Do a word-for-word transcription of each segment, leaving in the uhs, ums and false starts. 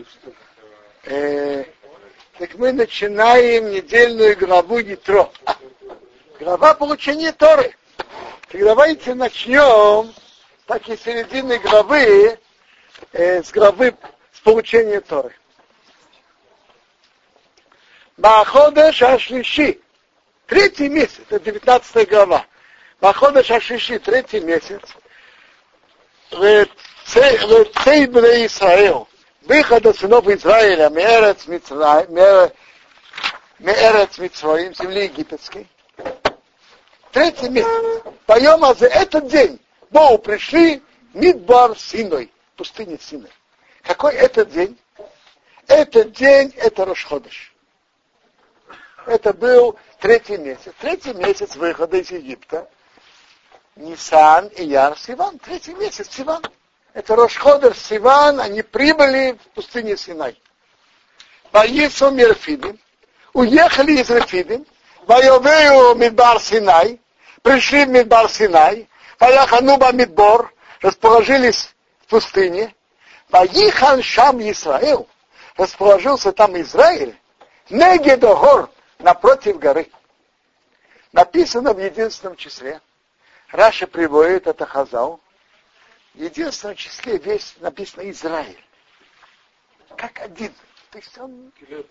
Э, так мы начинаем недельную главу Ятро. Глава получения Торы. Так давайте начнем так и середины главы, э, с главы с получения Торы. Баходеш Ашлиши. Третий месяц, это девятнадцатая глава. Баходеш Ашлиши, третий месяц. Цей бней Исраил. Выход от сынов Израиля, Меэрец Мицраим, земли египетской. Третий месяц. Поема за этот день Богу пришли Мидбар Синой, пустыня Синой. Какой этот день? Этот день это Рош Ходеш. Это был третий месяц. Третий месяц выхода из Египта. Нисан, Ияр, Сиван. Третий месяц Сиван. Это Рош Ходеш, Сиван. Они прибыли в пустыне Синай. Ваису Мирфидим. Уехали из Рефидим. Вайовею Мидбар Синай. Пришли в Мидбар Синай. Ваяхануба Мидбор. Расположились в пустыне. Ваихан Шам Исраил. Расположился там Израиль. Негедогор. Напротив горы. Написано в единственном числе. Раша приводит это Хазал. В единственном числе весь написано Израиль. Как один. То есть он...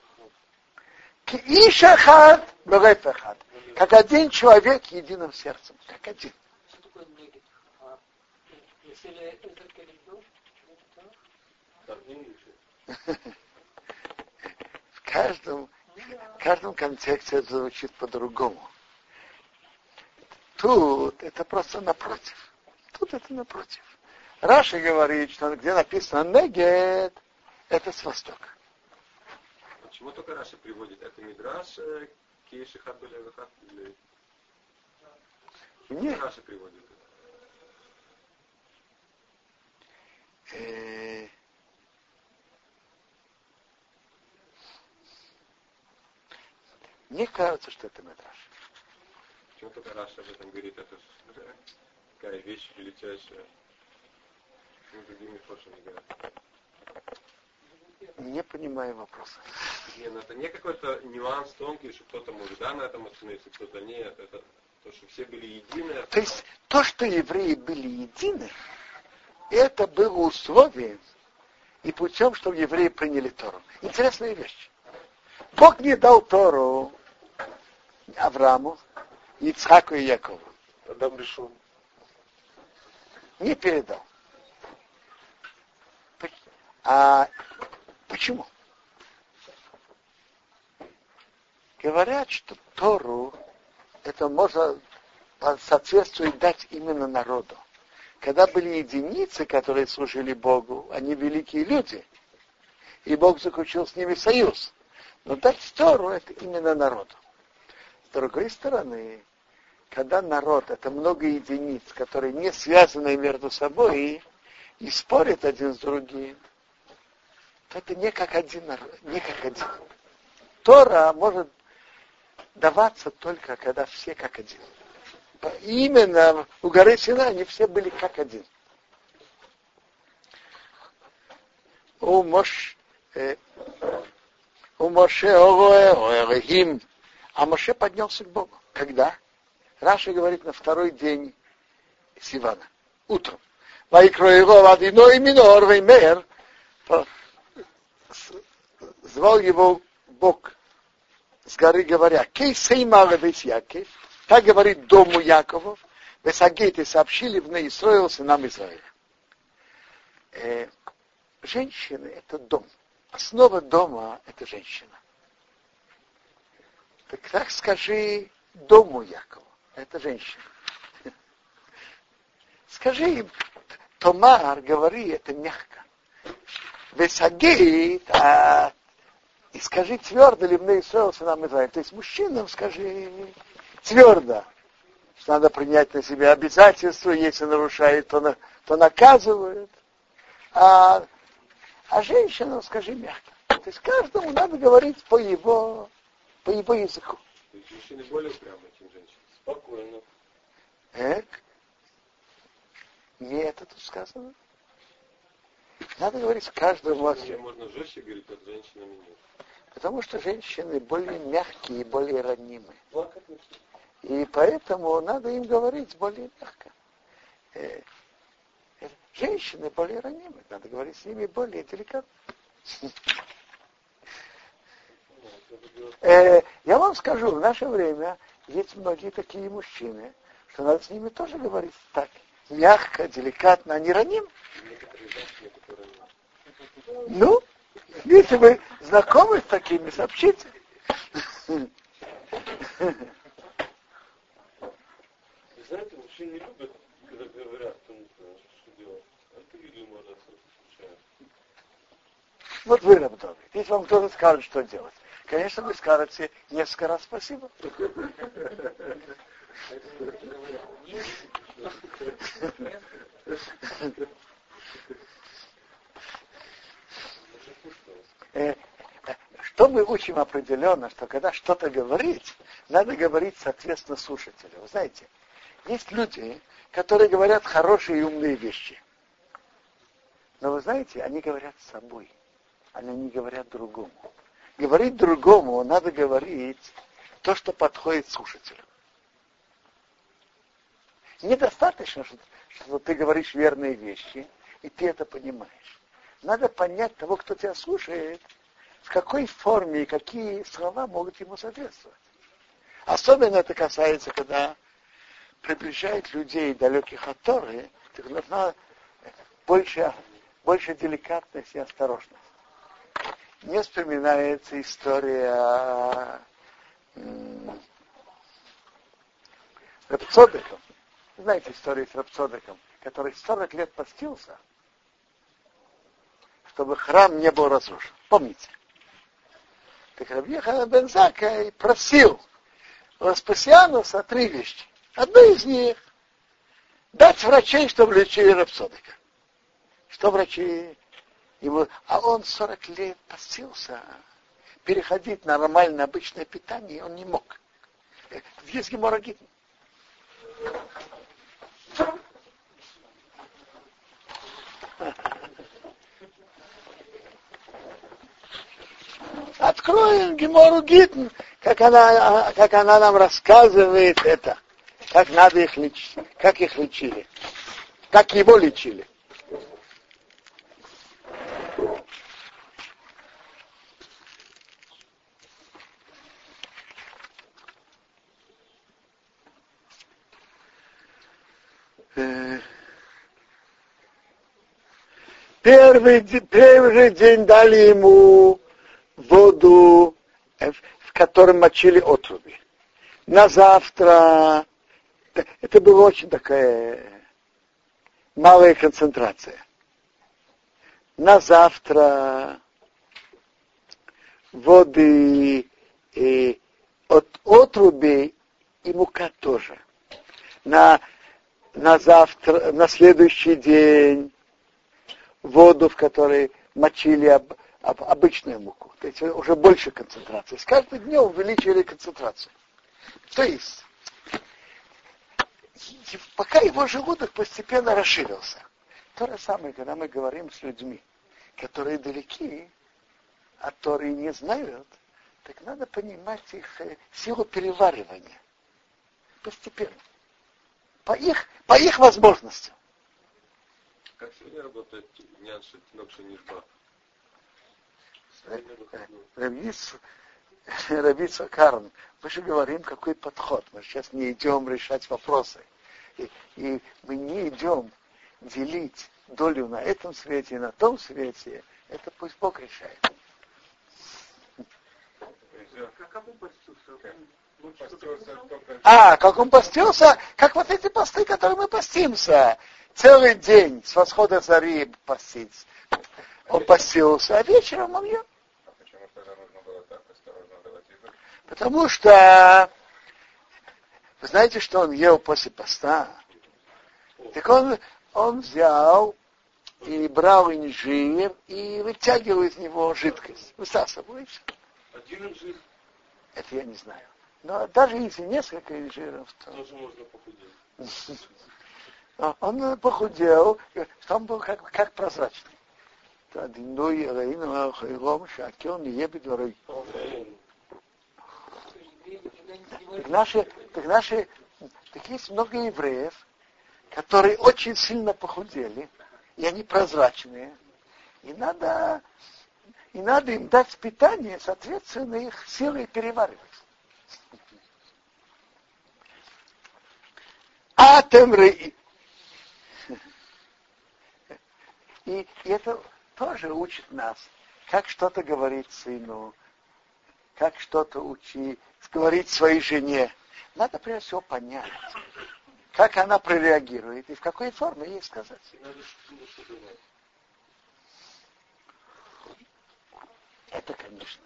Ишахат, Берефахат. Как один человек единым сердцем. Как один. Что такое негид? А, если это коридор, в каждом В каждом контексте это звучит по-другому. Тут это просто напротив. Тут это напротив. Раша говорит, что где написано Негед, это с востока. Почему только Раша приводит? Это Мидраш, Кейши Хаббеля Вахат или... Нет. Раша приводит это. Мне кажется, что это Мидраш. Почему только Раша об этом говорит? Это такая вещь величайшая. Мы другими тоже не говорят. Не понимаю вопроса. Не, ну это не какой-то нюанс тонкий, что кто-то может да, на этом остановиться, кто-то нет. Это то, что все были едины. То есть то, что евреи были едины, это было условием и путем, чтобы евреи приняли Тору. Интересная вещь. Бог не дал Тору Аврааму, Ицхаку и Якову. Адам решил. Не передал. А почему? Говорят, что Тору это можно соответствовать дать именно народу. Когда были единицы, которые служили Богу, они великие люди, и Бог заключил с ними союз. Но дать Тору это именно народу. С другой стороны, когда народ это много единиц, которые не связаны между собой и, и спорят один с другим, то это не как один народ, не как один. Тора может даваться только когда все как один. Именно у горы Синай они все были как один. У Мош э, У Моше Орехим. А Моше поднялся к Богу. Когда? Раша говорит на второй день Сивана. Утром. Звал его Бог с горы, говоря, Яков, так говорит дому Яковов, Весагейте сообщили в Неисроил сынам Израиля. Э, женщины это дом. Основа дома – это женщина. Так так скажи дому Якова. Это женщина. Скажи им, Томар, говори, это мягко. Весагит, а и скажи твердо, ли мне Исраил нам Израиль. То есть мужчинам скажи твердо, что надо принять на себя обязательства, если нарушает, то, на, то наказывают. А А женщинам скажи мягко. То есть каждому надо говорить по его, по его языку. То есть мужчины более упрямые, чем женщины. Спокойно. Эк? Не это тут сказано. Надо говорить каждому возрасте. Можно жестче говорить, от женщинами нет. Потому что женщины более мягкие и более ранимые. И поэтому надо им говорить более мягко. Женщины более ранимые, надо говорить с ними более деликатно. Я вам скажу, в наше время есть многие такие мужчины, что надо с ними тоже говорить так, мягко, деликатно, а не раним. Ну, если вы знакомы с такими, сообщите. Знаете, мужчины не любят, когда говорят, кто не знает, что делать. А ты видел, можно случайно. Вот вы, Рабдовик, если вам кто-то скажет, что делать, конечно, вы скажете несколько раз спасибо. Что мы учим определенно, что когда что-то говорить, надо говорить соответственно слушателю. Вы знаете, есть люди, которые говорят хорошие и умные вещи. Но вы знаете, они говорят с собой, они не говорят другому. Говорить другому надо говорить то, что подходит слушателю. Недостаточно, что, что ты говоришь верные вещи, и ты это понимаешь. Надо понять того, кто тебя слушает, в какой форме и какие слова могут ему соответствовать. Особенно это касается, когда приближает людей, далеких от Торы, так нужна больше, больше деликатность и осторожность. Мне вспоминается история м- Рабцодеком. Знаете историю с Рабцодеком, который сорок лет постился, чтобы храм не был разрушен. Помните? Так Рабби Йоханан бен Заккай просил у Веспасиануса три вещи. Одна из них — дать врачей, чтобы лечили Рабцодека. Что врачи ему... А он сорок лет постился. Переходить на нормальное, обычное питание он не мог. Есть геморрой Гитн. Откроем Гемору Гитн, как она, как она нам рассказывает это, как надо их лечить, как их лечили, как его лечили. Первый, первый день дали ему воду, в которой мочили отруби. На завтра, это была очень такая малая концентрация. На завтра воды и от отруби и мука тоже. На, на завтра, на следующий день воду, в которой мочили об, об обычную муку. То есть уже больше концентрации. С каждым днем увеличили концентрацию. То есть, пока его желудок постепенно расширился. То же самое, когда мы говорим с людьми, которые далеки, а которые не знают, так надо понимать их силу переваривания. Постепенно. По их, по их возможностям. Как сегодня работает нянша Тинокша Нишба? Рабица Карн, мы же говорим, какой подход. Мы сейчас не идем решать вопросы. И, и мы не идем делить долю на этом свете и на том свете. Это пусть Бог решает. Как он постился? А, как он постился? Как вот эти посты, которые мы постимся. Целый день с восхода зари поститься. Он постился, а вечером он ел. А почему тогда нужно было так осторожно давать еду? Потому что, вы знаете, что он ел после поста? Так он, он взял и брал инжир и вытягивал из него жидкость. Высасывал и все. Один инжир? Это я не знаю. Но даже если несколько инжиров, то... Тоже можно похудеть. Он похудел, что он был как, как прозрачный. Адиной Элоину Хайром Шакер не ебет ворой. Так наши, так наши, так есть много евреев, которые очень сильно похудели, и они прозрачные. И надо, и надо им дать питание, соответственно, их силой переваривать. А темры. И это тоже учит нас, как что-то говорить сыну, как что-то учить, говорить своей жене. Надо прежде всего понять, как она прореагирует и в какой форме ей сказать. Это, конечно.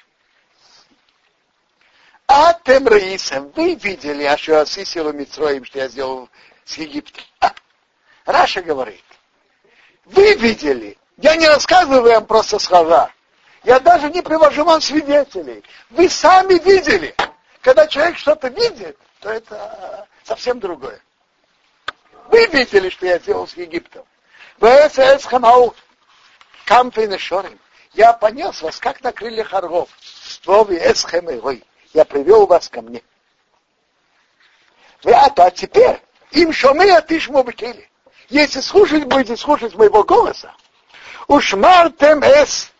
А тем Раисом, вы видели, а что Асисилу Митроим, что я сделал с Египтом. А, Раша говорит, вы видели, я не рассказываю вам просто слова, я даже не привожу вам свидетелей. Вы сами видели. Когда человек что-то видит, то это совсем другое. Вы видели, что я сделал с Египтом. Я понес вас, как на крыльях орлов. Я привел вас ко мне. А теперь им шумы отишму бекели. Если слушать будете слушать моего голоса, ушмартем эс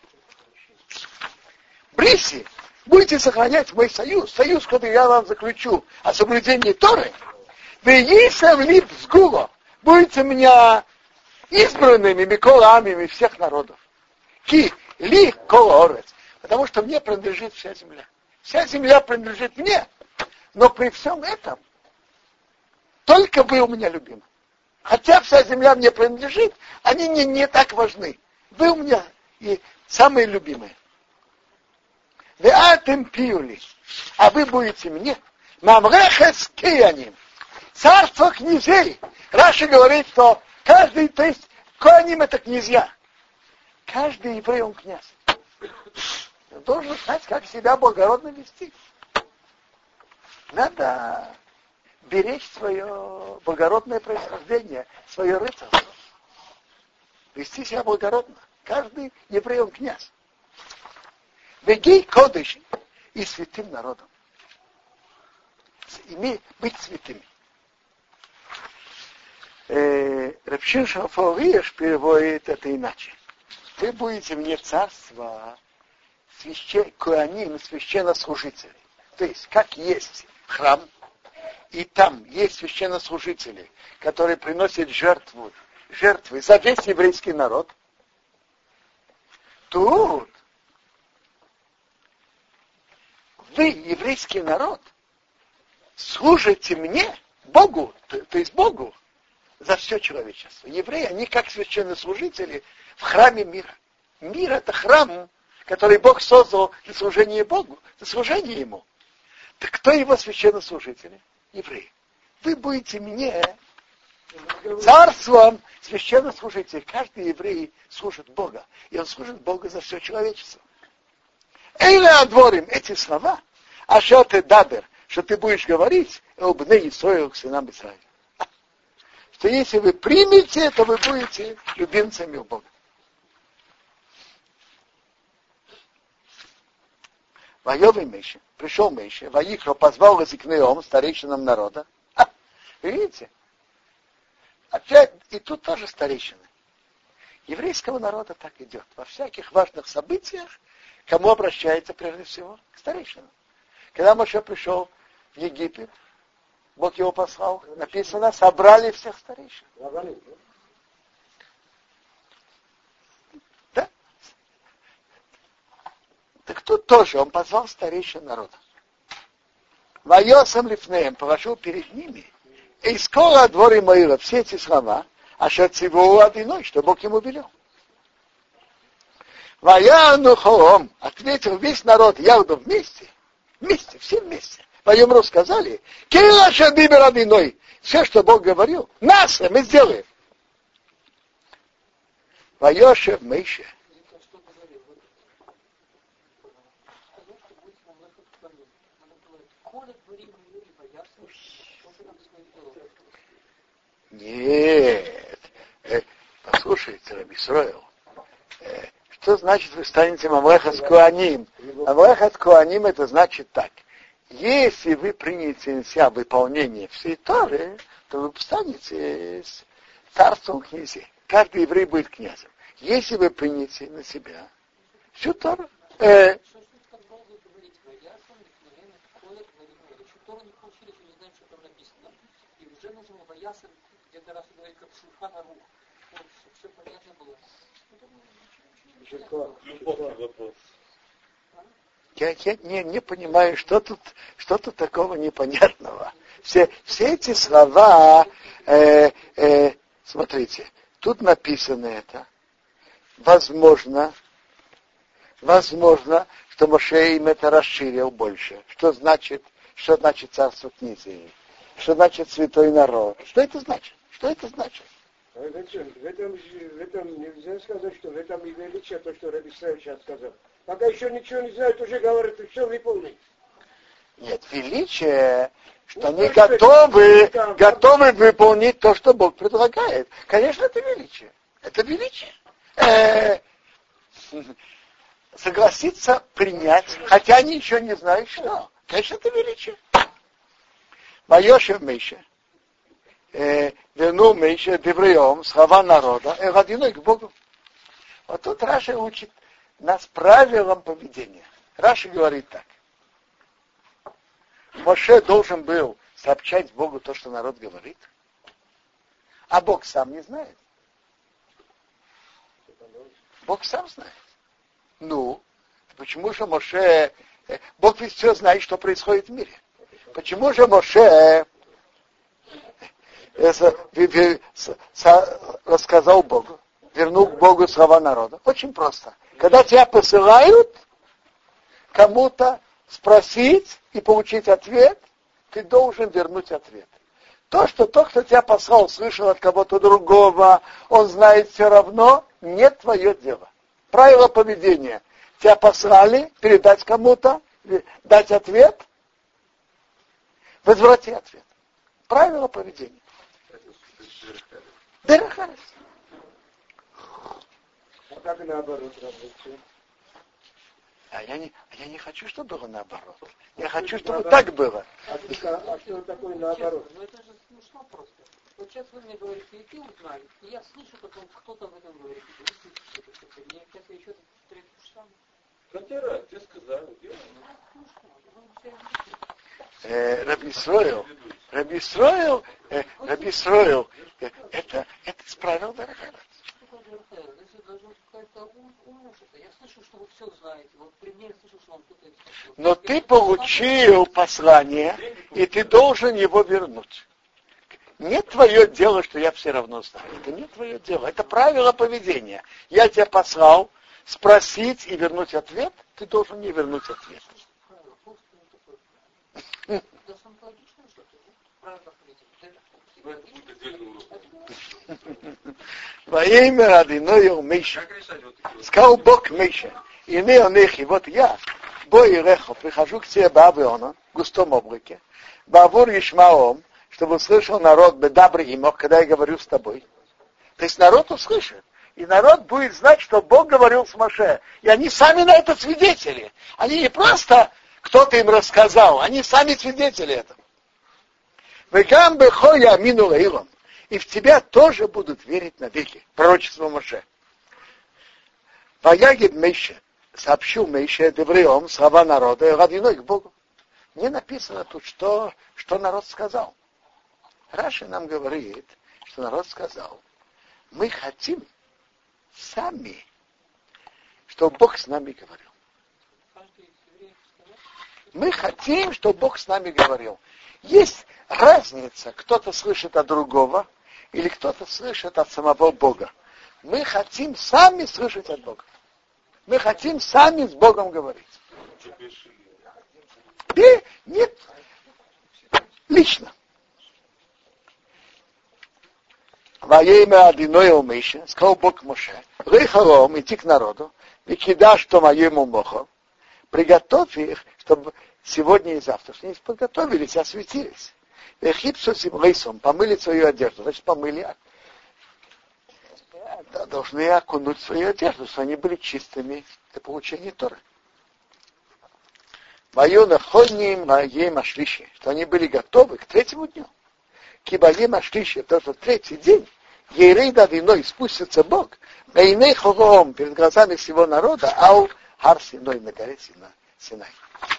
бриси, будете сохранять мой союз, союз, который я вам заключу о соблюдении Торы, вы есем лип сгуло, будете меня избранными миколами всех народов. Ки ли колорец, потому что мне принадлежит вся земля. Вся земля принадлежит мне, но при всем этом только вы у меня любимы. Хотя вся земля мне принадлежит, они не, не так важны. Вы у меня и самые любимые. Вы атем пиули, а вы будете мне мамрехес кияним, царство князей. Раша говорит, что каждый, то есть коаним это князья. Каждый еврей он князь. Он должен знать, как себя благородно вести. Надо беречь свое благородное происхождение, свое рыцарство. Вести себя благородно. Каждый еврей он князь. Вегей кодыш и святым народом. Иметь, быть святыми. Э, Рабшин Шафариеш переводит это иначе. Вы будете мне царство священ... коаним, священнослужителей. То есть, как есть храм, и там есть священнослужители, которые приносят жертву, жертвы за весь еврейский народ, тут вы, еврейский народ, служите мне, Богу, то, то есть Богу, за все человечество. Евреи, они как священнослужители в храме мира. Мир — это храм, который Бог создал для служения Богу, для служения Ему. Так кто его священнослужители? Евреи. Вы будете мне царством священнослужителей. Каждый еврей служит Бога. И он служит Богу за все человечество. Эйля адворим, эти слова, а что ты дабер, что ты будешь говорить об ней Исраилу к сынам Израиля. Что если вы примете, то вы будете любимцами у Бога. Воевый Мейша, пришел Мейша, Ваикро позвал Лазикнеом, старейшинам народа. А, видите? Опять, и тут тоже старейшины. Еврейского народа так идет. Во всяких важных событиях кому обращается прежде всего? К старейшинам. Когда Моше пришел в Египет, Бог его послал, написано, собрали всех старейшин. Да? Так тут тоже он позвал старейшин народа. Вайосам лифнеем, положил перед ними, и скоро дворы Моира, все эти слова, а шациву одиной, что Бог ему велел. Ваяну холом, ответил весь народ, я буду вместе, вместе, все вместе. Воемру сказали, Кила шадибер одиной, все, что Бог говорил, нас мы сделаем. Вайошев Мейше. Нет, э, послушайте, Рабби Исроэл, э, что значит вы станете Мамлехас Коаним? Мамлехас Коаним это значит так. Если вы примете на себя выполнение всей Торы, то вы станете царством князей. Каждый еврей будет князем. Если вы примете на себя всю Тору. Э, Я, я не, не понимаю, что тут, что тут такого непонятного. Все, все эти слова, э, э, смотрите, тут написано это. Возможно, возможно, что Моше им это расширил больше. Что значит, что значит царство князей? Что значит святой народ? Что это значит? Что это значит? В этом, в, этом, в этом нельзя сказать, что в этом и величие, то, что Раби Исраил сейчас сказал. Пока еще ничего не знают, уже говорят, что все выполнить. Нет, величие, что ну, они готовы, там, готовы выполнить то, что Бог предлагает. Конечно, это величие. Это величие. Э-э- согласиться принять, хотя они еще не знают, что. Конечно, это величие. Майошев Миша. Вернул Миша Девреем, слова народа, и родиной к Богу. Вот тут Раши учит нас правилам поведения. Раши говорит так. Моше должен был сообщать Богу то, что народ говорит, а Бог сам не знает. Бог сам знает. Ну, почему же Моше... Бог ведь все знает, что происходит в мире. Почему же Моше рассказал Богу, вернул к Богу слова народа? Очень просто. Когда тебя посылают кому-то спросить и получить ответ, ты должен вернуть ответ. То, что тот, кто тебя послал, слышал от кого-то другого, он знает все равно, не твое дело. Правило поведения. Тебя послали передать кому-то, дать ответ, возврати ответ. Правило поведения. Дерехарес. А как наоборот работает? А я не, а я не хочу, чтобы было наоборот. Я а хочу, чтобы наоборот. Так было. А, а, а что такое наоборот? Ну это же смешно просто. Вот сейчас вы мне говорите, и ты узнали, и я слышу, потом кто-то об этом говорит. Мне это еще третий самый. Хотя тебе сказали. Раби Исроил, Раби Исроил, Раби Исроил, это, это исправил Дерехарес. Я слышу, что вы все знаете. Вот при мне я слышу, что он кто-то... Но ты получил послание, и ты должен его вернуть. Не твое дело, что я все равно знаю. Это не твое дело. Это правило поведения. Я тебя послал спросить и вернуть ответ, ты должен не вернуть ответ. Во имя Адиною Миша. Сказал Бог Миша. И не он их, и вот я, бой рехо, прихожу к тебе Баавиона, в густом облаке, Баавур Ишмаом, чтобы услышал народ бедабры и мог, когда я говорю с тобой. То есть народ услышит. И народ будет знать, что Бог говорил с Моше. И они сами на это свидетели. Они не просто кто-то им рассказал, они сами свидетели этого. Вегам бехо ямину леилом. И в тебя тоже будут верить навеки. Пророчество Моше. Ваягид Мейше. Сообщил Мейше Девреем слова народа и родиной к Богу. Не написано тут, что, что народ сказал. Раши нам говорит, что народ сказал, мы хотим сами, чтобы Бог с нами говорил. Мы хотим, чтобы Бог с нами говорил. Есть разница, кто-то слышит от другого, или кто-то слышит от самого Бога. Мы хотим сами слышать от Бога. Мы хотим сами с Богом говорить. И нет, лично. Во имя Адиноя Миша, сказал Бог Моше, Рейхаром, идти к народу, и кидаш то моему Моху, приготовь их, чтобы сегодня и завтра, что они подготовились, осветились. Эхипсу с рейсом, помыли свою одежду, значит помыли. должны окунуть свою одежду, что они были чистыми для получения Торы. Майона ходним маем ашлиши, что они были готовы к третьему дню. Кибаем ашлиши, потому что третий день Ерей над иной спустится Бог, Бейней хогом перед глазами всего народа, ау хар Синой на горе Синай.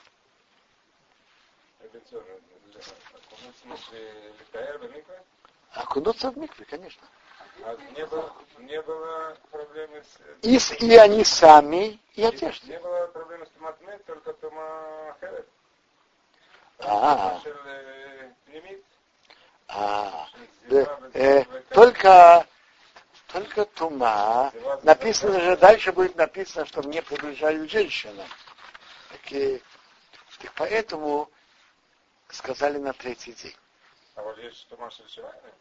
Окунуться в микве, конечно. А не было, не было проблемы с... И, с, и они сами, и одежда. Не было проблемы с туматмет, только тума херет. А, а, э, только, только тума. Написано же, дальше будет написано, что мне приближают женщины. Так, и, так поэтому сказали на третий день. А вот есть тума шельшевайна?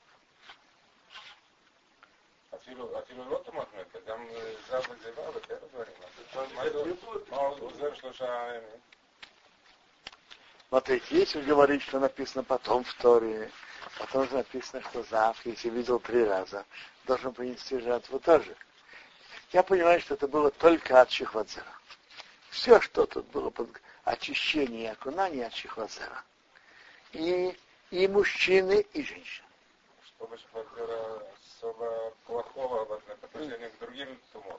אפילו, אפילו לא תומת מתה, גם זר וזיבה וכאלה דברים. מה עוזר שלושה ימים? Смотрите, если говорить, что написано потом в Торе, потом же написано, что Зав, если видел три раза, должен принести жертву тоже. Я понимаю, что это было только от Шихвадзера. Все, что тут было под очищение и окунание от Шихвадзера. И, и мужчины, и женщины. Чтобы Шихвадзера особо плохого по отношению к другим тумот.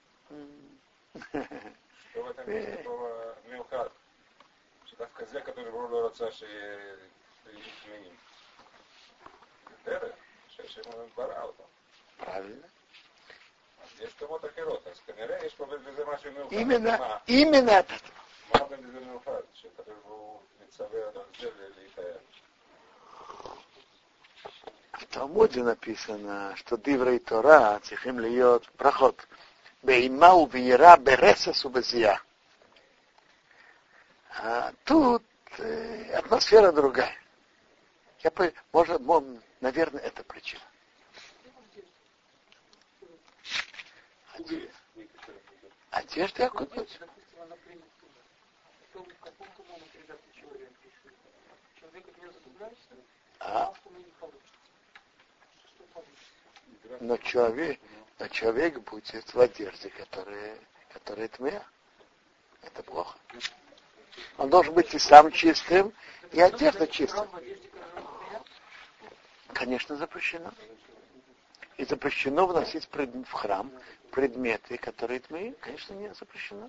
Что в этом есть такого милхат? Что в козе, который был до отца, что изменим. Это, что ему барал там. Правильно. Здесь тумот ахерот. А сканере, есть побед без замаши милхат. Именно, именно это. Мало без милхат, который был лицевый от Анзеля или Итая. В Талмуде написано, что Диврей Тора цихим льет проход. Бейма увира бересас убезия. А тут э, атмосфера другая. Я по, может, может, наверное, это причина. Одежда, Одежда окунуть. А? Но человек, но человек будет в одежде, которая, которая тмея. Это плохо. Он должен быть и сам чистым, и одежда чистым. Конечно, запрещено. И запрещено вносить в храм предметы, которые тмеи. Конечно, не запрещено.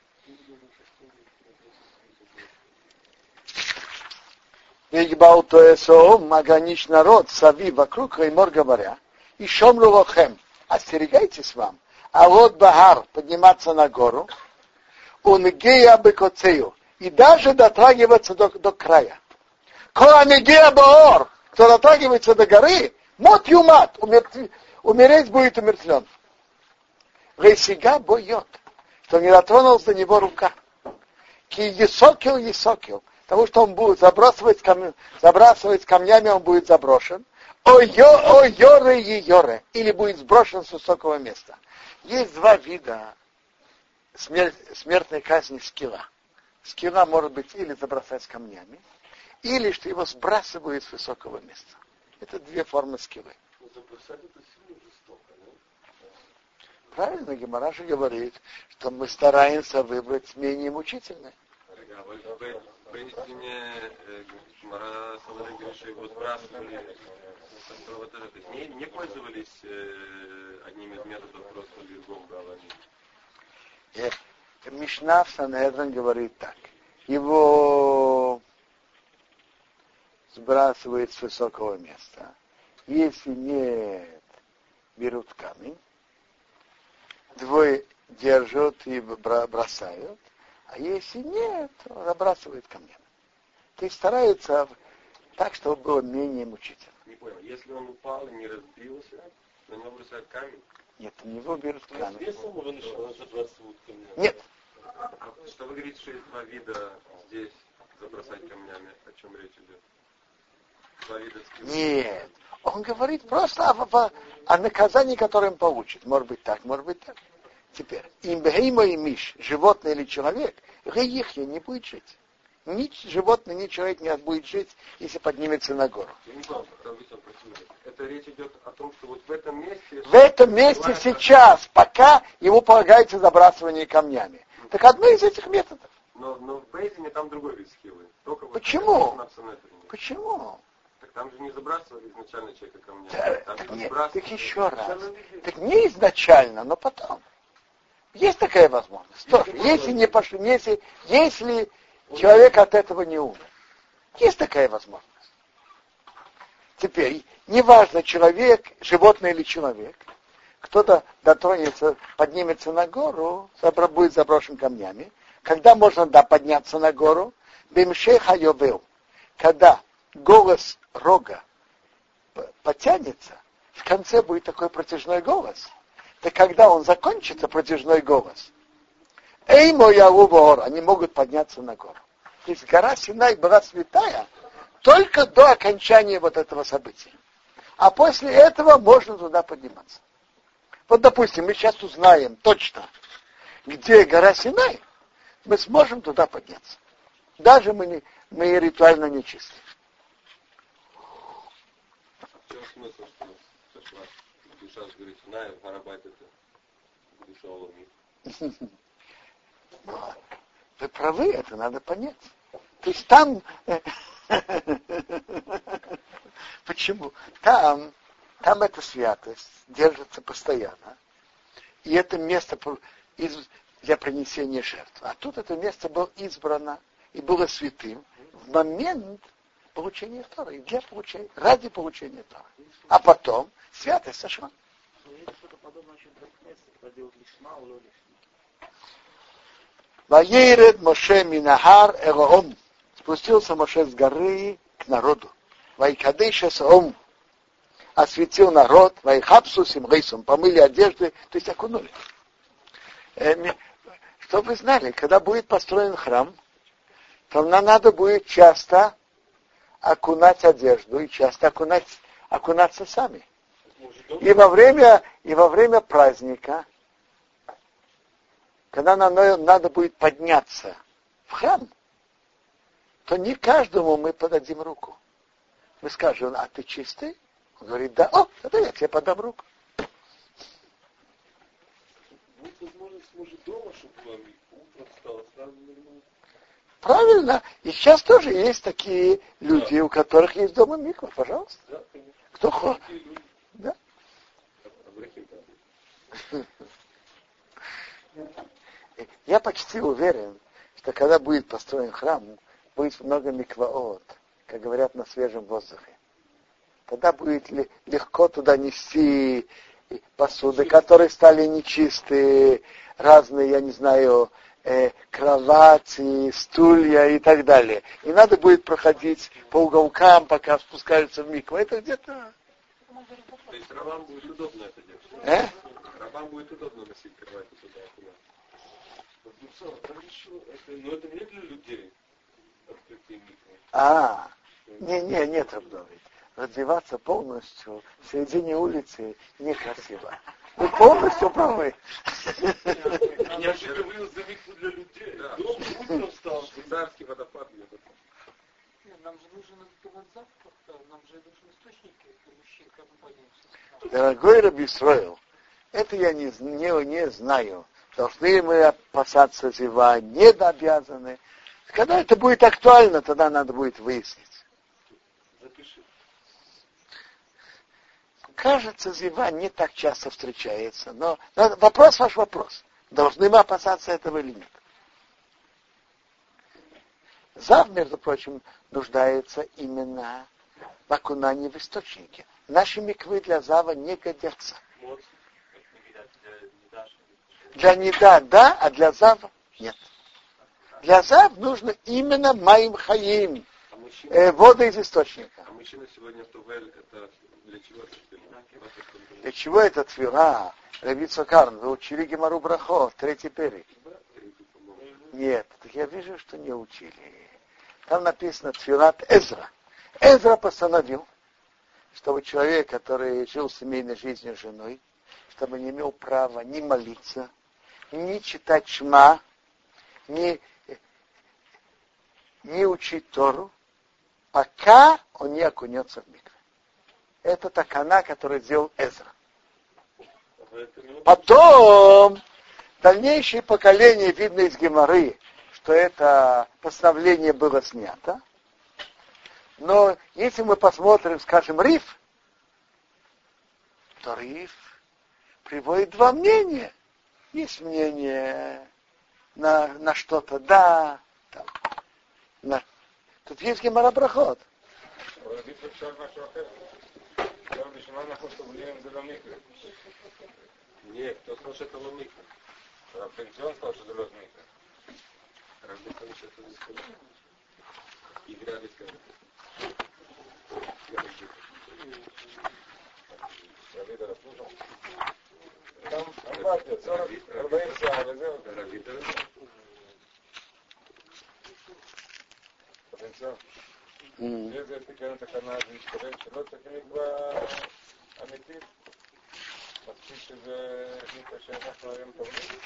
Вегбал тоэсо, маганич народ, сави вокруг, Реймор говоря, и шомру лохем, остерегайтесь вам, а вот Багар, подниматься на гору, унигея бекоцею, и даже дотрагиваться до, до края. Коанигея баор, кто дотрагивается до горы, мот юмат, умертв... умереть будет умертвлен. Рейсига боет, что не дотронулась до него рука. Ки есокил, есокил, потому что он будет забрасывать, кам... забрасывать камнями, он будет заброшен. О йоры и йоры, или будет сброшен с высокого места. Есть два вида смер... смертной казни скилла. Скилла может быть или забросать камнями, или что его сбрасывают с высокого места. Это две формы скиллы. Забросать это сильно жестоко, да? Правильно, Гемара же говорит, что мы стараемся выбрать менее мучительное. Поистине, Гемара говорит, что его сбрасывали, не, не пользовались э, одним из методов просто вергом головы. Мишна в Санедрин говорит так. Его сбрасывают с высокого места. Если нет, берут камень. Двое держат и бросают. А если нет, то забрасывают камнями. То есть стараются так, чтобы было менее мучительно. Не понял, если он упал и не разбился, на него бросают камень? Нет, на него берут камень. Весом его забрасывают камнями? Нет. Что вы говорите, что есть два вида здесь забросать камнями? О чем речь идет? Два вида скилла? Нет. Он говорит просто о, о наказании, которое он получит. Может быть так, может быть так. Теперь, имбейма и миш, животное или человек, рейихья не будет жить. Ни животное, ни человек не будет жить, если поднимется на гору. Это речь идет о том, что вот в этом месте... В этом месте сейчас, пока ему полагается забрасывание камнями. Так одно из этих методов. Но, но в Бейзине там другой вид схилы. Только Почему? Вот Почему? Так там же не забрасывали изначально человека камнями. Да, Там так, же нет, сбрасывали. так еще раз. Так не изначально, но потом. Есть такая возможность. Тоже. Если не пошло, если, если человек от этого не умер. Есть такая возможность. Теперь, неважно, человек, животное или человек, кто-то дотронется, поднимется на гору, будет заброшен камнями. Когда можно, да, подняться на гору? Бимшей хайовел. Когда голос рога потянется, в конце будет такой протяжной голос. Так когда он закончится, протяжной голос, эй, моя лувор, они могут подняться на гору. То есть гора Синай была святая только до окончания вот этого события. А после этого можно туда подниматься. Вот, допустим, мы сейчас узнаем точно, где гора Синай, мы сможем туда подняться. Даже мы, не, мы ритуально не чисты. Смысл, что сошла душа с горы Синай, Гарабайт это душа Оломи. Вы правы, это надо понять. То есть там... Почему? Там, там эта святость держится постоянно. И это место для принесения жертв. А тут это место было избрано и было святым в момент получения Торы, для получения, ради получения Торы. А потом святость сошла. Ваейред Моше Минахар Элоом. Спустился Моше с горы к народу. Вайкадыша Саом. Осветил народ. Вайхапсу Симрейсум. Помыли одежды, то есть окунули. Чтобы вы знали, когда будет построен храм, то нам надо будет часто окунать одежду и часто окунать, окунаться сами. И во время, и во время праздника, когда нам надо будет подняться в храм, то не каждому мы подадим руку. Мы скажем, а ты чистый? Он говорит, да. О, тогда я тебе подам руку. Будет возможность, может, дома, чтобы вам утром стало сразу нормально. Правильно. И сейчас тоже есть такие люди, да, у которых есть дома миква. Пожалуйста. Да, конечно. Кто хочет. Да. Я почти уверен, что когда будет построен храм, будет много микваот, как говорят, на свежем воздухе. Тогда будет ли, легко туда нести посуды, которые стали нечистые, разные, я не знаю, э, кровати, стулья и так далее. И надо будет проходить по уголкам, пока спускаются в микву. Это где-то... То есть рабам будет удобно это делать? Э? Рабам будет удобно носить кровати туда. Но это не для людей. А, не, не, нет обновить. Раздеваться полностью в середине улицы некрасиво. Вы полностью правы. Я же говорил за микву для людей. Дома утром встал. Швейцарский водопад. Нам же нужен этот завтрак, нам же нужен источник для мужчин, как мы поднимемся. Дорогой Раби Исроэл, это я не, не, не знаю. Должны мы опасаться зева, недообязаны. Когда это будет актуально, тогда надо будет выяснить. Запиши. Кажется, зева не так часто встречается, но вопрос ваш вопрос. Должны мы опасаться этого или нет? Зав, между прочим, нуждается именно в окунании в источнике. Наши миквы для зава не годятся. Для неда да, а для зава нет. Для зав нужно именно маим хаим, э, вода из источника. А мужчина сегодня тувель, это для чего это? Для чего это тфила? Раби Цокарн, вы учили Гемару Брахо, третий перек? Нет, так я вижу, что не учили. Там написано тфилат Эзра. Эзра постановил, чтобы человек, который жил семейной жизнью с женой, чтобы не имел права ни молиться, ни читать шма, ни, не учить Тору, пока он не окунется в микве. Это такана, которую сделал Эзра. Потом дальнейшее поколение, видно из Гемары, что это постановление было снято. Но если мы посмотрим, скажем, Риф, то Риф приводит два мнения. Есть мнение на, на что-то да, там, на... тут есть Гемара брахот. Нет, кто сказал, что это ломиква? Пенсион сказал, что это ломиква. Разве это не сказал? Игра без кого. Равида расслушал. Там хватит, сорок, сорок сам, Равида. Потенциал. Если ты говоришь, что она не сказать, что это никаква аметит. מספיק שזה נקרא שאנחנו היום טובים.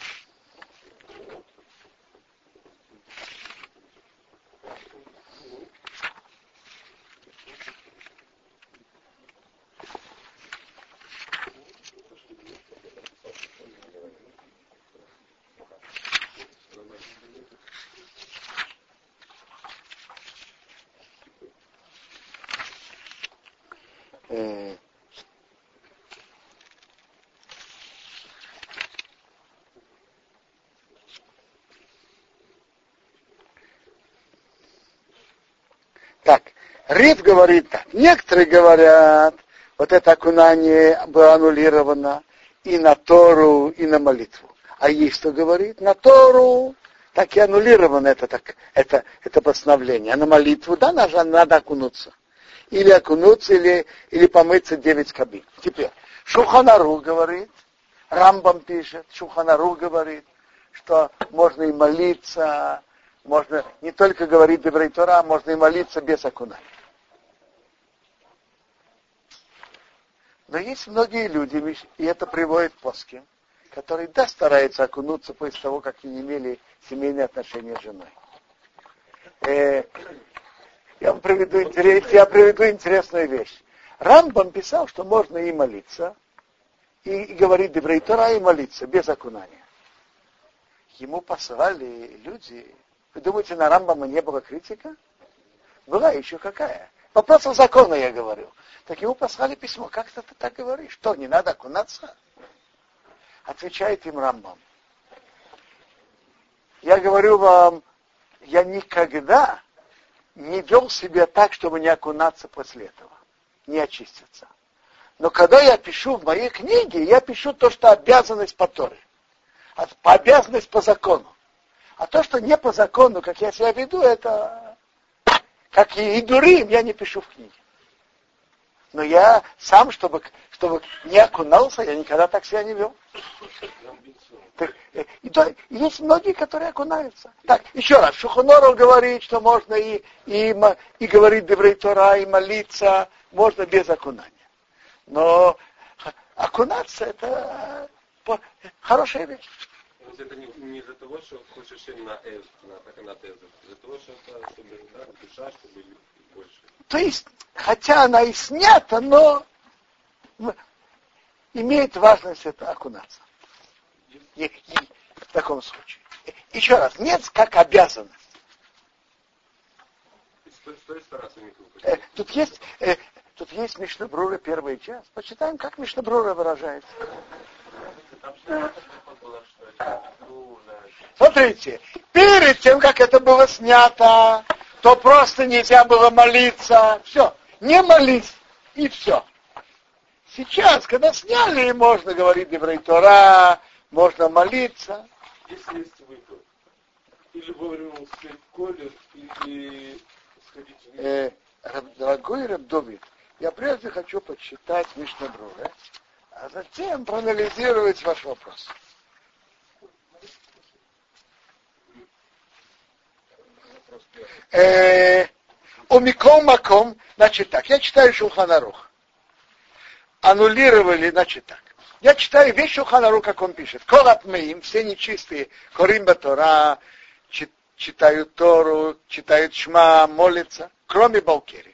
Риф говорит так. Некоторые говорят, вот это окунание было аннулировано и на Тору, и на молитву. А есть кто говорит, на Тору так и аннулировано это, так, это, это постановление. А на молитву, да, надо, надо окунуться. Или окунуться, или, или помыться девять кабин. Теперь, Шулхан Арух говорит, Рамбам пишет, Шулхан Арух говорит, что можно и молиться, можно не только говорить Деврей Тора, можно и молиться без окунания. Но есть многие люди, и это приводит к плоским, которые, да, стараются окунуться после того, как они имели семейные отношения с женой. Э, я вам приведу, интерес, я приведу интересную вещь. Рамбам писал, что можно и молиться, и, и говорить Деврей Тора, и молиться без окунания. Ему посылали люди. Вы думаете, на Рамбама не было критика? Была еще какая? Вопрос закона, я говорю. Так ему послали письмо. Как ты так говоришь? Что, не надо окунаться? Отвечает им Рамбам. Я говорю вам, я никогда не вел себя так, чтобы не окунаться после этого. Не очиститься. Но когда я пишу в моей книге, я пишу то, что обязанность по Торе. По обязанность по закону. А то, что не по закону, как я себя веду, это... Как и Дурим, я не пишу в книге. Но я сам, чтобы, чтобы не окунался, я никогда так себя не вел. Так, и то, есть многие, которые окунаются. Так, еще раз, Шулхан Арух говорит, что можно и, и, и говорить Деврей Тора, и молиться, можно без окунания. Но окунаться это хорошая вещь. Это не, не из-за того, что хочешь на эз, на такана тезу, из-за того, что это, чтобы да, душа, чтобы больше. То есть, хотя она и снята, но имеет важность это окунаться. И, и в таком случае. Еще раз, нет как обязанность. Э, тут есть, э, тут есть Мишна Брура первый час. Почитаем, как Мишна Брура выражается. Смотрите, перед тем, как это было снято, то просто нельзя было молиться. Все, не молись, и все. Сейчас, когда сняли, можно говорить Деврей Тора, можно молиться. Если есть выбор, или вовремя успеть в колледж, или сходить в э, Дорогой Раб Довид, я прежде хочу почитать Мишна Брура, а затем проанализировать ваш вопрос. Омиком маком, значит так, я читаю Шулхан Арух. Аннулировали, значит так. Я читаю весь Шулхан Арух, как он пишет. Колат меим, все нечистые, корим батора, читают Тору, читают Шма, молятся, кроме Балкери.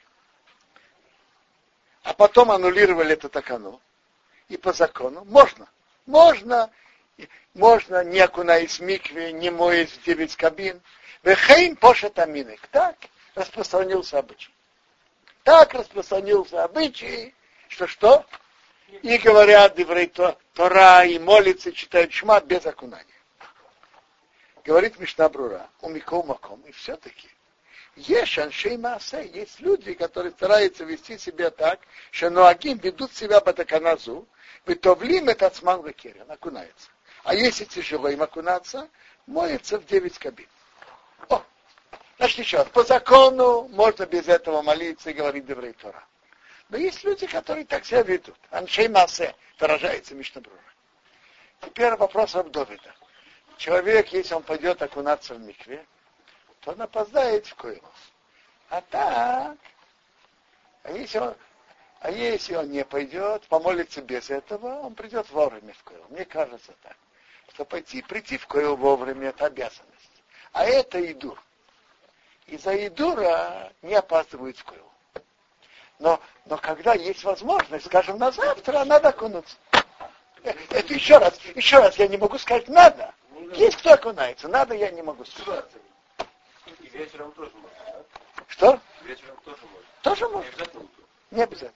А потом аннулировали это такану. И по закону можно. Можно, можно не окунаясь в микве, не моясь в девять кабин. Вехейм пошет аминек. Так распространился обычай. Так распространился обычай, что что? И говорят Деврей Тора, и молятся, читают Шма без окунания. Говорит Мишна Брура, у Микол Маком, и все-таки есть аншей маасе, есть люди, которые стараются вести себя так, что ноагим ведут себя батаканазу, витовлим этот сман векерен, окунается. А если тяжело им окунаться, моется в девять кабин. О, значит еще раз, по закону можно без этого молиться и говорить Деврей Тора. Но есть люди, которые так себя ведут. Аншей маасе, выражается Мишна Брура. Теперь вопрос об Довида. Человек, если он пойдет окунаться в микве, то он опоздает в койлу. А так, а если он, а если он не пойдет, помолится без этого, он придет вовремя в койлу. Мне кажется так, что пойти, прийти в койлу вовремя – это обязанность. А это идур. Из-за идура не опаздывают в койлу. Но, но когда есть возможность, скажем, на завтра, надо окунуться. Это еще раз, еще раз, я не могу сказать надо. Есть кто окунается, надо, я не могу сказать. И вечером тоже можно, да? Что? Вечером тоже можно. Тоже можно. Не обязательно.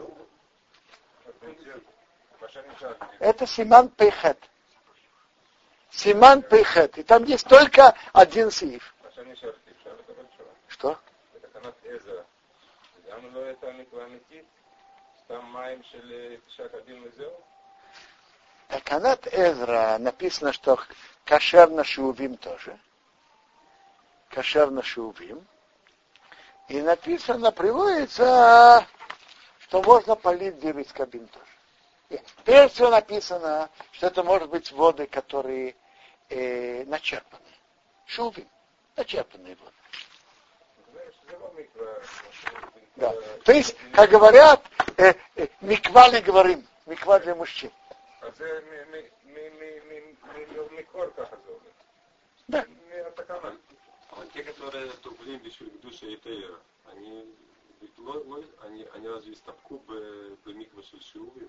Это Симан Пейхет. Симан Пейхет. И там есть только один сиф. Что? Это канат Эзра. Там לא это מיקווה אמיתית, סתם מים של תשעת הדין וזהו? Канат Эзра написано, что кашер на шиувим тоже. Кашер на шиувим. И написано, приводится, что можно полить девять кабин тоже. И прежде всего написано, что это может быть воды, которые э, начерпаны. Шиувим. Начерпанные воды. Да. То есть, как говорят, э, э, миква ли говорим, миква для мужчин. Да. А вот те, которые тублим бешвиль душа и тейра, они они они разве стопку бы миква шельшиуви?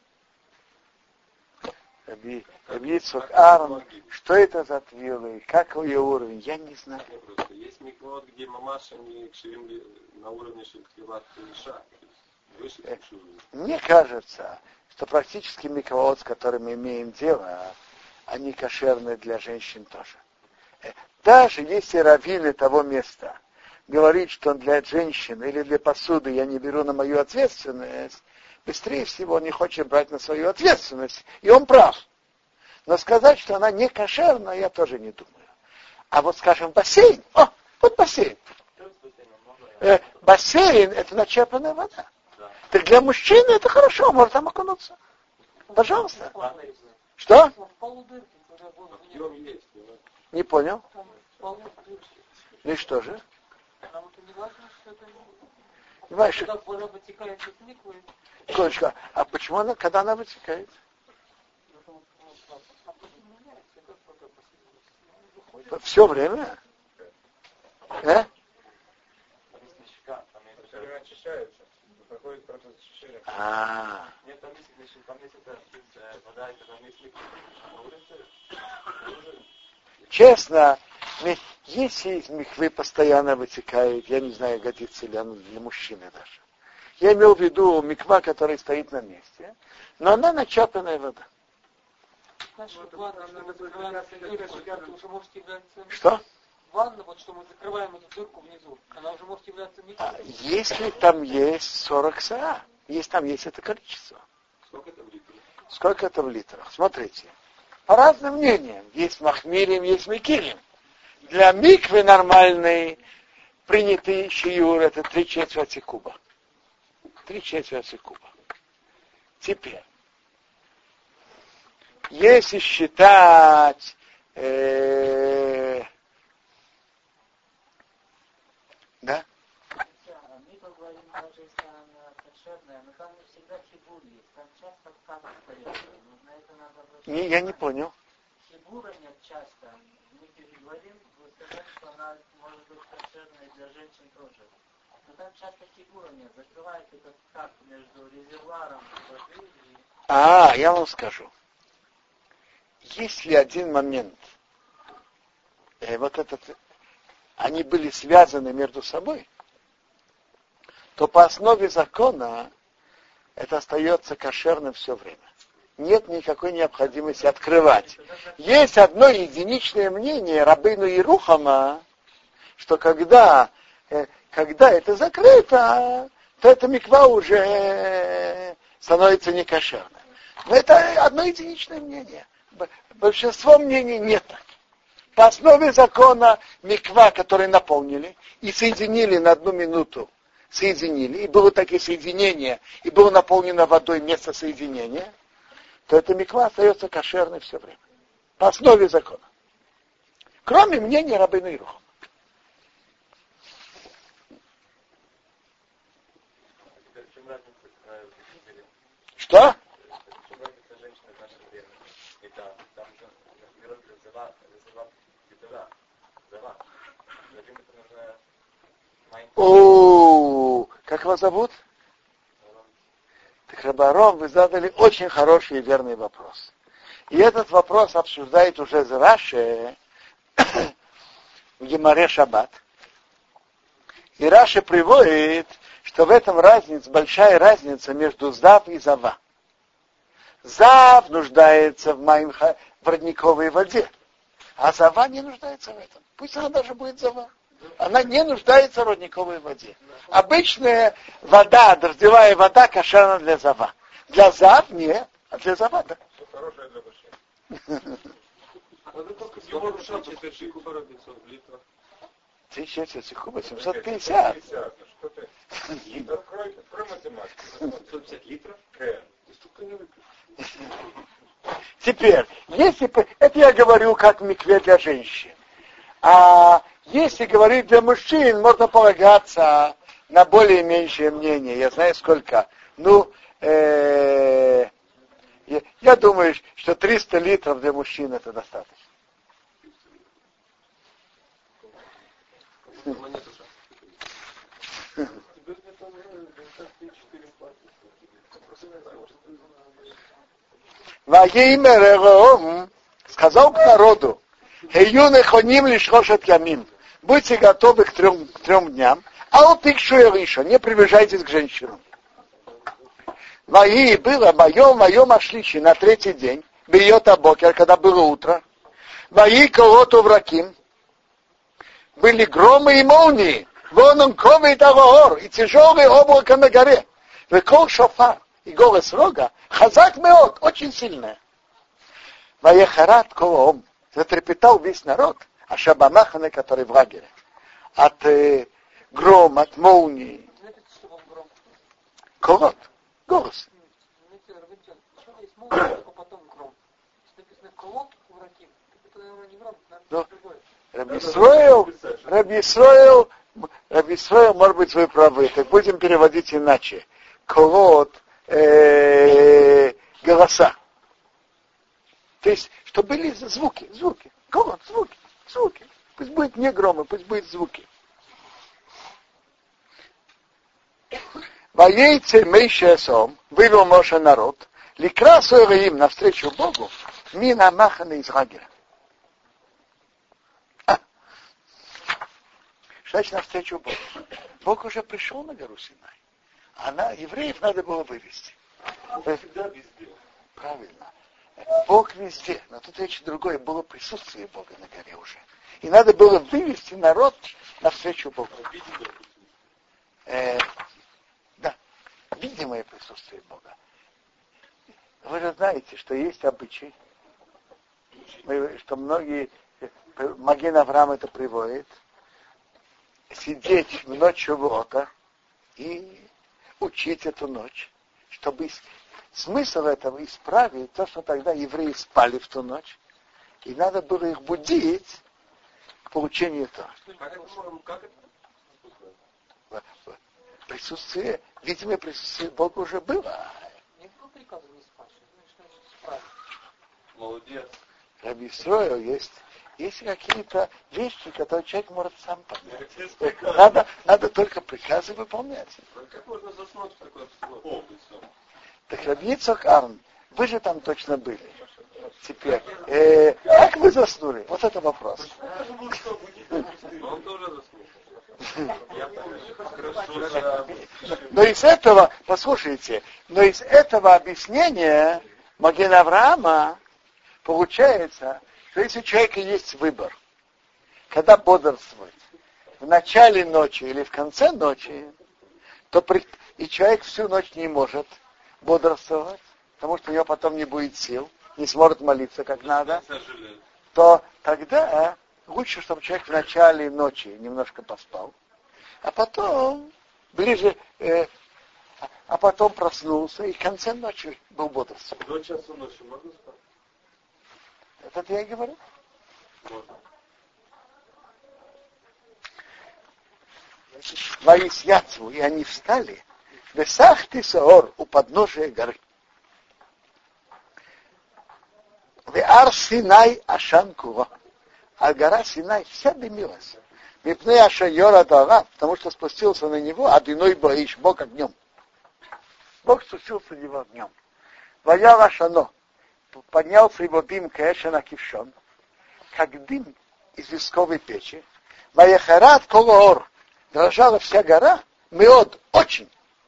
Ицхак Аарон, что это за твилы, как ее уровень, я не знаю. Есть миквот, где мамаша не кширим на уровне шельхилат иша. Мне кажется, что практически миквот, с которым мы имеем дело, они кошерны для женщин тоже. Даже если раввины того места говорит, что для женщин или для посуды я не беру на мою ответственность, быстрее всего он не хочет брать на свою ответственность. И он прав. Но сказать, что она не кошерная, я тоже не думаю. А вот, скажем, бассейн. О, вот бассейн. Э, бассейн – это начерпанная вода. Так для мужчины это хорошо, может там окунуться. Пожалуйста. Что? Не понял. И что же? Понимаешь, когда вода вытекает из миквы. Колечка, а почему она, когда она вытекает? Все время? Э? А. Честно, если из миквы постоянно вытекает, я не знаю, годится ли оно для мужчины даже. Я имел в виду миква, которая стоит на месте, но она начерпанная вода. Что? Ванна, вот что мы закрываем эту дырку внизу, она уже может являться миквой. А если там есть сорок са, если там есть это количество. Сколько это в литрах? Сколько это в литрах? Смотрите. По разным мнениям. Есть махмирим, есть микирим. Для миквы нормальный принятый шиюр это три четверти куба. Три четверти куба. Теперь, если считать э, да? Мы поговорим даже, если она кошерная, но там не всегда чебур есть, там часто как остается. На это надо... Не, я не понял. Чебура нет часто. Мы говорим, вы сказали, что она она может быть кошерной для женщин тоже. Но там часто фигура нет, закрывает этот как между резервуаром воды и... А, я вам скажу. Если один момент, э, вот этот, они были связаны между собой, то по основе закона это остается кошерным все время. Нет никакой необходимости открывать. Есть одно единичное мнение Рабейну Ерухама, что когда, э, когда это закрыто, то это миква уже становится некошерным. Но это одно единичное мнение. Большинство мнений нет так. По основе закона миква, которые наполнили и соединили на одну минуту, соединили, и было такие соединения, и было наполнено водой место соединения, то эта миква остается кошерной все время. По основе закона. Кроме мнения Рабейну Ерухама. Что? О, как вас зовут? Так, Рабаром, вы задали очень хороший и верный вопрос. И этот вопрос обсуждает уже Раши в Гемаре Шаббат. И Раши приводит, что в этом разница, большая разница между Зав и Зава. Зав нуждается в, моим, в родниковой воде, а Зава не нуждается в этом. Пусть она даже будет Зава. Она не нуждается в родниковой воде. Обычная вода, дождевая вода, кошерна для Зава. Для Зав нет, а для Зава да. Все хорошее для души. Тысяча куба, семьсот пятьдесят. Что ты? Открой, открой математику. сто пятьдесят литров? Теперь, если это я говорю как микве для женщин, а если говорить для мужчин, можно полагаться на более меньшее мнение. Я знаю сколько. Ну, э, я, я думаю, что триста литров для мужчин это достаточно. Ваимер сказал к народу: "Хеюны хоним лишь рошат ямим. Будьте готовы к трем, к трем дням, а вот пикшу я выше, не приближайтесь к женщинам". Ваи было моем, моем ошличи на третий день, бьет абокер, когда было утро. Ваи колоту враким. Были громы и молнии. Вон он ковый договор, и тяжелое облако на горе. Векол шофар, и голос рога, хазак меот, очень сильная. Ваехарат колом, затрепетал весь народ, а шабамаханы, который в лагере. От э, грома, от молнии. Колот, голос. Рабисроил, Рабисроил, Рабисроил, может быть, вы правы. Так будем переводить иначе. Колот, э, голоса. То есть, что были звуки, звуки. Колот, звуки, звуки. Пусть будет не громы, пусть будет звуки. Воейце Мейшесом вывел Моше народ, ликрасу им навстречу Богу, мина махана из лагеря. Что значит навстречу Богу? Бог уже пришел на гору Синай. Она, евреев надо было вывести. Всегда везде. Правильно. Бог везде. Но тут речь другое. Было присутствие Бога на горе уже. И надо было вывести народ навстречу Богу. Э, да. Видимое присутствие Бога. Вы же знаете, что есть обычай, что многие, Маген Авраам это приводит, сидеть в ночь Шавуота и учить эту ночь, чтобы смысл этого исправить то, что тогда евреи спали в ту ночь, и надо было их будить к получению Торы. Присутствие, видимое присутствие Бога уже было. Не было приказа не спать. Что значит спать? Молодец. Раби Исроил есть, есть какие-то вещи, которые человек может сам понять. Надо, надо только приказы выполнять. Как можно заснуть в такой обстановке? Так Раби Йицхак Арн, вы же там точно были. Теперь, э, как вы заснули? Вот это вопрос. Он тоже заснул. Но из этого, послушайте, но из этого объяснения Маген Авраама получается, что если у человека есть выбор, когда бодрствовать, в начале ночи или в конце ночи, то при... и человек всю ночь не может бодрствовать, потому что у него потом не будет сил, не сможет молиться как надо, то тогда лучше, чтобы человек в начале ночи немножко поспал, а потом ближе, э, а потом проснулся и в конце ночи был бодрствовать. До часу ночи можно спать? Это я и говорю. Можно. Ваисьяцу, и они встали, весахти соор у подножия горы. Веар Синай Ашанкура, а гора Синай вся дымилась. Випней Ашайора Дара, потому что спустился на него, а диной боишь, Бог огнем. Бог спустился на него огнем. Ваяр Ашано, поднялся его дым Кэшена Кившон, как дым из висковой печи. Ваяхарат Колоор, дрожала вся гора, меод, очень.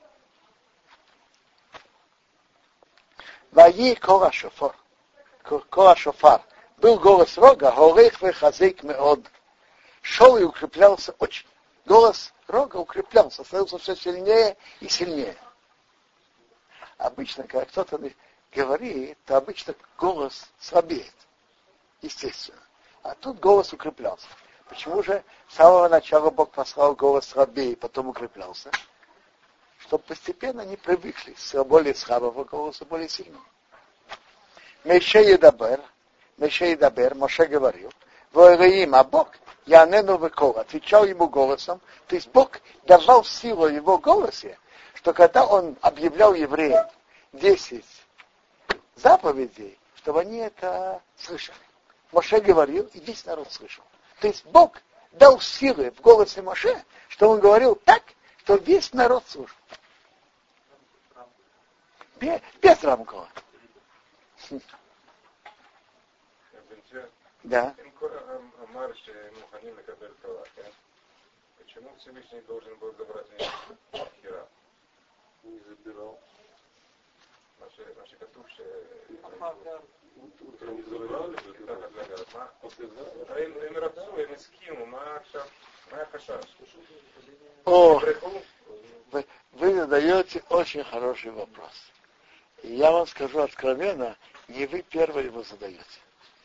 Ваи Кора Шофар, Кора Шофар, был голос рога, горых вехазик меод. Шел и укреплялся очень. Голос рога укреплялся, становился все сильнее и сильнее. Обычно, когда кто-то говорит, то обычно голос слабеет. Естественно. А тут голос укреплялся. Почему же с самого начала Бог послал голос слабее, и потом укреплялся? Чтобы постепенно они привыкли с более слабого голоса, более сильного. Меше Едабер, Меше Едабер, Моше говорил, Воэлеим, а Бог, Янену Векол, отвечал ему голосом, то есть Бог давал силу его голосе, что когда он объявлял евреям десять заповедей, чтобы они это слышали. Моше говорил, и весь народ слышал. То есть Бог дал силы в голосе Моше, что он говорил так, что весь народ слушал. Без, без рамкова. Да. Почему Всевышний должен был забрать у него Хира? Не забирал. Наши, наши катуши утром не забрали, הם רצו, הם הסכימו, מה עכשיו, מה החשש? О, вы, вы задаете очень хороший вопрос. И я вам скажу откровенно, не вы первые его задаете.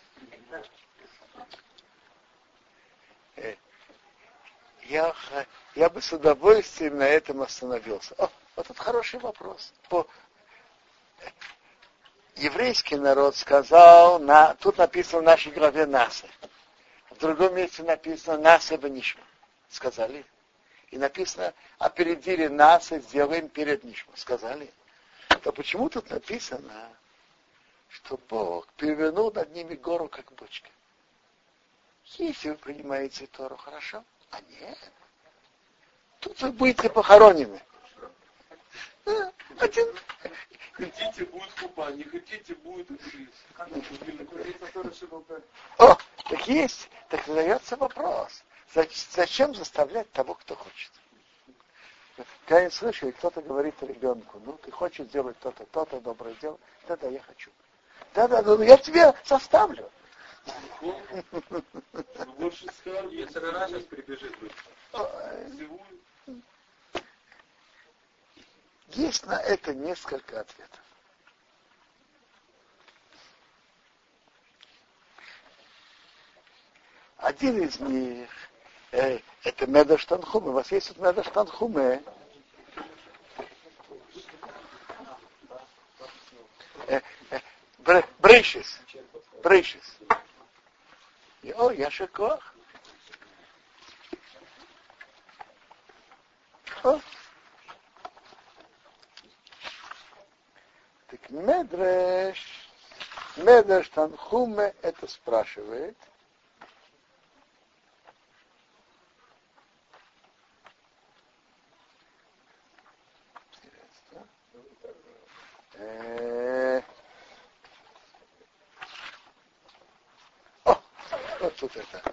Я, я бы с удовольствием на этом остановился. О, вот это хороший вопрос. По, еврейский народ сказал, на, тут написано в нашей главе Насе. В другом месте написано Насе Венишма. Сказали. И написано, опередили Насе, сделаем перед Нишма. Сказали. То почему тут написано, что Бог перевернул над ними гору, как бочка? Если вы принимаете Тору, хорошо. А нет. Тут вы будете похоронены. Один... Хотите, будет купа, не хотите, будет О, так есть. Так задается вопрос. Зачем заставлять того, кто хочет? Когда я слышу, кто-то говорит ребенку, ну, ты хочешь сделать то-то, то-то, доброе дело, да-да, я хочу. Да-да, ну, я тебе составлю. Больше скажу. Если она сейчас прибежит, есть на это несколько ответов. Один из них э, это Медаш Танхуме. У вас есть тут Медаш Танхуме? Э, э, Брейшис. Брейшис. О, я шикох. Так Медреш, Медреш Танхуме это спрашивает, Э, О, вот тут это.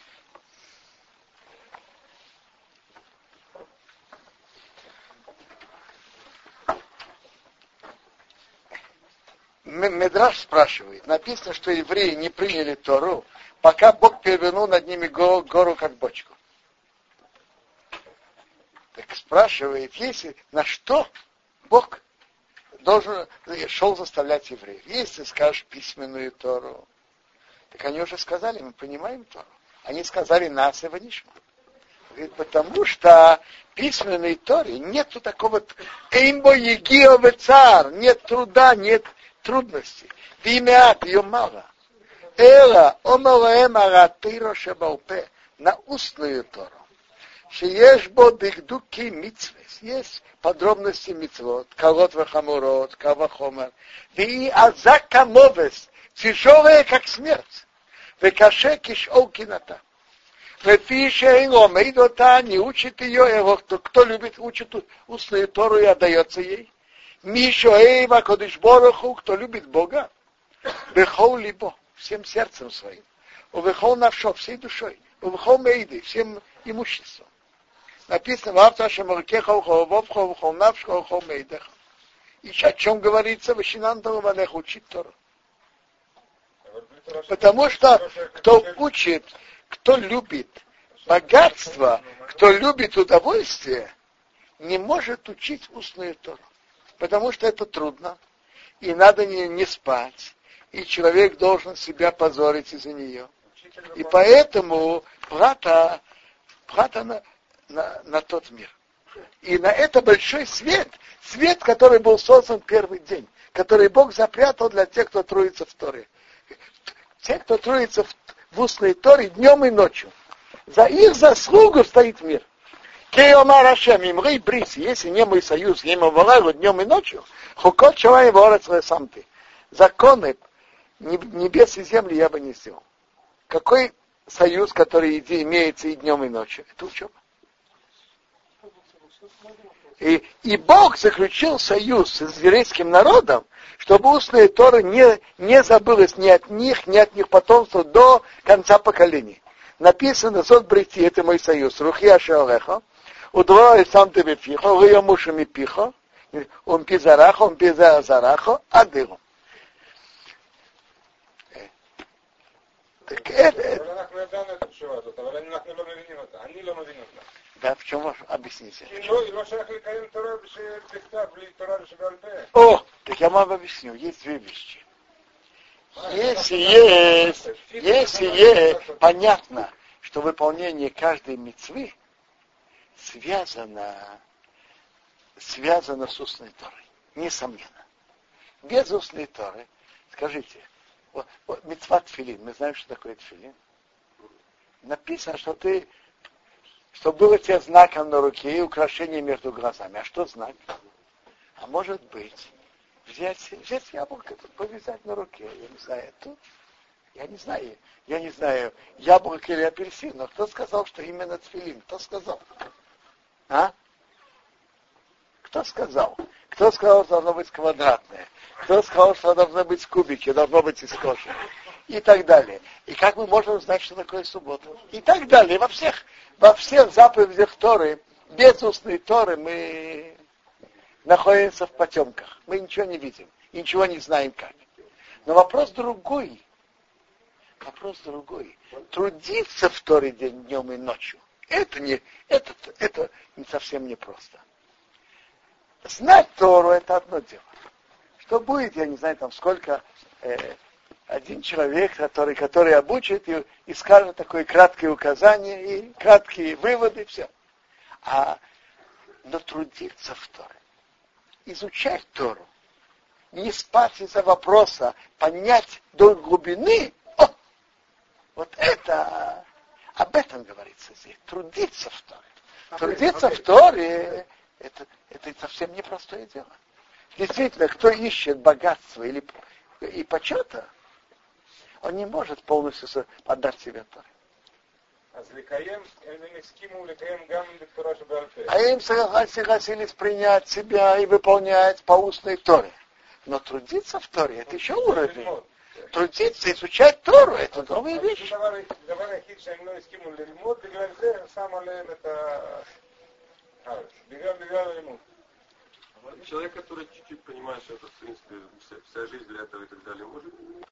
Медраш спрашивает, написано, что евреи не приняли Тору, пока Бог перевернул над ними гору, гору как бочку. Так спрашивает, если на что Бог должен, шел заставлять евреев. Если скажешь письменную Тору, так они уже сказали, мы понимаем Тору. Они сказали нас и ванишма. Говорит, потому что в письменной Торе нету такого эймбо егиове цар, нет труда, нет трудностей. В имя ее мало. Эла омалаэм аратейро шебалпе, на устную Тору. Шеешбо дыхдуки митцвес. Есть подробности митцвот, колот вахамурот, кавахомер. И азакамовес, тяжелые как смерть. Векаше кишол кината. Вефише иломейдота, не учит ее, кто любит, учит устную Тору и отдается ей. Мишо эйва кодыш бороху, кто любит Бога. Вехол либо, всем сердцем своим. Вехол навшо, всей душой. Вехол мейды, всем имуществом. Написано, вавта шамаркеха ухововха ухол навшка ухол мейдеха. И о чем говорится, ващинантову ванех учит Тору. Потому что кто учит, кто любит богатство, кто любит удовольствие, не может учить устную Тору. Потому что это трудно, и надо не, не спать, и человек должен себя позорить из-за нее. И поэтому плата, плата на, на, на тот мир. И на это большой свет, свет, который был создан в первый день, который Бог запрятал для тех, кто трудится в Торе. Те, кто трудится в, в устной Торе днем и ночью. За их заслугу стоит мир. Кейомар Ашем, имри бриси, если не мой союз, я ему валаю днем и ночью, хукот шавай ворот сам ты. Законы небес и земли я бы не сделал. Какой союз, который имеется и днем, и ночью? Это учеба. И, и Бог заключил союз с еврейским народом, чтобы устная Тора не, не забылась ни от них, ни от них потомства до конца поколений. Написано, сот брити, это мой союз, рухия шалеха, удвоя сам тебе пихо, рыя мушами пихо, он пизарахо, он пизарахо, адыру. Так это... Да, в чем объясните? О, так я вам объясню. Есть две вещи. Если есть, если есть, понятно, что выполнение каждой мицвы связано, связано с устной Торой. Несомненно. Без устной Торы, скажите, вот, вот, мицва тфилин, мы знаем, что такое тфилин. Написано, что ты что было тебе знаком на руке и украшение между глазами. А что знак? А может быть, взять, взять яблоко, повязать на руке. Я не знаю, тут. Я не знаю. Я не знаю, яблоко или апельсин. Но кто сказал, что именно тфилин? Кто сказал? А? Кто сказал? Кто сказал, что должно быть квадратное? Кто сказал, что должно быть кубики, должно быть из кожи? И так далее. И как мы можем узнать, что такое суббота? И так далее. Во всех, во всех заповедях Торы, без устной Торы мы находимся в потемках. Мы ничего не видим. Ничего не знаем как. Но вопрос другой. Вопрос другой. Трудиться в Торе день, днем и ночью. Это не, это, это не совсем непросто. Знать Тору — это одно дело. Что будет, я не знаю, там сколько... Э, один человек, который, который обучит и, и скажет такое краткое указание и краткие выводы, все. А но трудиться в Торе, изучать Тору, не спать из-за вопроса, понять до глубины, о, вот это, об этом говорится здесь. Трудиться в Торе. Трудиться в Торе, это, это совсем непростое дело. Действительно, кто ищет богатства или и почета, он не может полностью отдать себе Торе. А им согласились принять себя и выполнять по устной Торе. Но трудиться в Торе, это еще уровень. Трудиться, изучать Тору, это новые вещи. Человек, который чуть-чуть понимает, что это, в принципе, вся, вся жизнь для этого и так далее, может